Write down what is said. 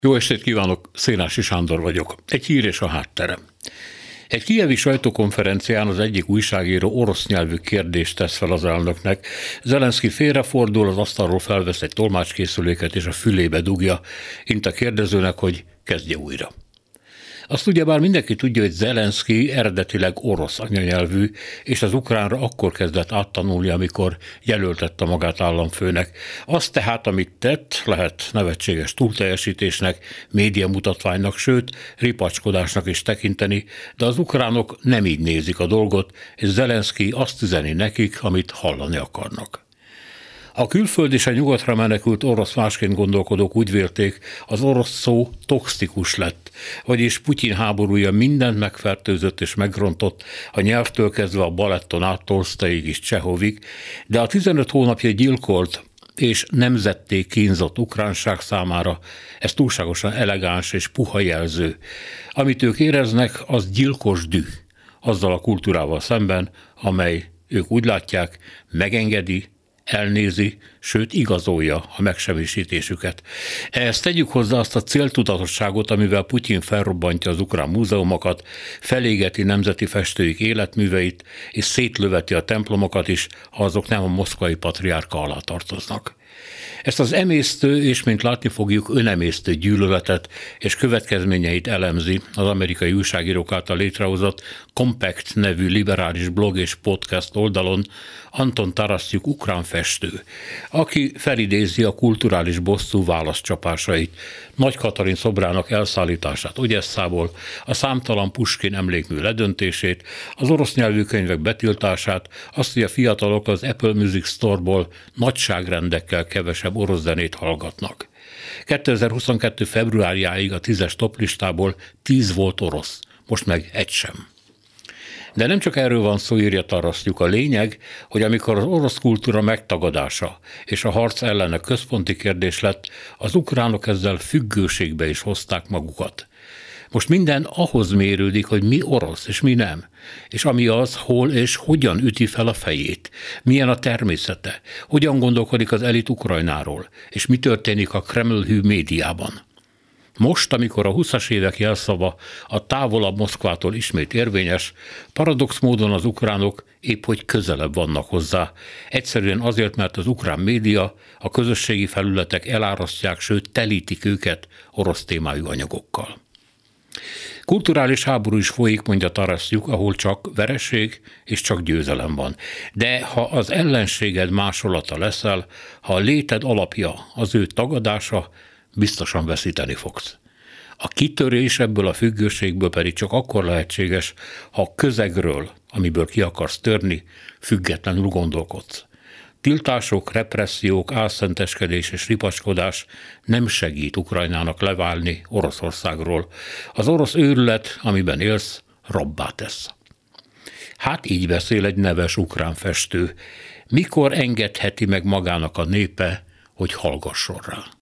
Jó estét kívánok, Szénási Sándor vagyok. Egy hír és a háttere. Egy kijevi sajtókonferencián az egyik újságíró orosz nyelvű kérdést tesz fel az elnöknek. Zelenszky félrefordul, az asztalról felvesz egy tolmácskészüléket és a fülébe dugja, int a kérdezőnek, hogy kezdje újra. Azt ugyebár mindenki tudja, hogy Zelenszky eredetileg orosz anyanyelvű, és az ukránra akkor kezdett áttanulni, amikor jelöltette magát államfőnek. Azt tehát, amit tett, lehet nevetséges túlteljesítésnek, médiamutatványnak, sőt, ripacskodásnak is tekinteni, de az ukránok nem így nézik a dolgot, és Zelenszky azt üzeni nekik, amit hallani akarnak. A külföld és a nyugatra menekült orosz másként gondolkodók úgy vélték, az orosz szó toxikus lett, vagyis Putyin háborúja mindent megfertőzött és megrontott, a nyelvtől kezdve a baletton át Tolsztojig és Csehovig, de a 15 hónapja gyilkolt és nemzetté kínzott ukránság számára ez túlságosan elegáns és puha jelző. Amit ők éreznek, az gyilkos düh, azzal a kultúrával szemben, amely, ők úgy látják, megengedi, elnézi, sőt igazolja a megsemmisítésüket. Ehhez tegyük hozzá azt a céltudatosságot, amivel Putyin felrobbantja az ukrán múzeumokat, felégeti nemzeti festőik életműveit, és szétlöveti a templomokat is, ha azok nem a moszkvai patriárka alá tartoznak. Ezt az emésztő és, mint látni fogjuk, önemésztő gyűlöletet és következményeit elemzi az amerikai újságírók által létrehozott Compact nevű liberális blog és podcast oldalon Anton Tarasztyuk ukrán festő, aki felidézi a kulturális bosszú válaszcsapásait, Nagy Katalin szobrának elszállítását Ogyesszából, a számtalan Puskin emlékmű ledöntését, az orosz nyelvű könyvek betiltását, azt, hogy a fiatalok az Apple Music Store-ból nagyságrendekkel kevesebb orosz zenét hallgatnak. 2022. februárjáig a 10-es toplistából 10 volt orosz, most meg egy sem. De nem csak erről van szó, írja Tarasztyuk. A lényeg, hogy amikor az orosz kultúra megtagadása és a harc ellene központi kérdés lett, az ukránok ezzel függőségbe is hozták magukat. Most minden ahhoz mérődik, hogy mi orosz és mi nem, és ami az, hol és hogyan üti fel a fejét, milyen a természete, hogyan gondolkodik az elit Ukrajnáról, és mi történik a Kreml-hű médiában. Most, amikor a 20-as évek jelszava a távolabb Moszkvától ismét érvényes, paradox módon az ukránok épp hogy közelebb vannak hozzá. Egyszerűen azért, mert az ukrán média, a közösségi felületek elárasztják, sőt telítik őket orosz témájú anyagokkal. Kulturális háború is folyik, mondja Tarasztyuk, ahol csak vereség és csak győzelem van. De ha az ellenséged másolata leszel, ha a léted alapja az ő tagadása, biztosan veszíteni fogsz. A kitörés ebből a függőségből pedig csak akkor lehetséges, ha a közegről, amiből ki akarsz törni, függetlenül gondolkodsz. Tiltások, repressziók, álszenteskedés és ripacskodás nem segít Ukrajnának leválni Oroszországról. Az orosz őrület, amiben élsz, rabbá tesz. Hát így beszél egy neves ukrán festő. Mikor engedheti meg magának a népe, hogy hallgasson rá?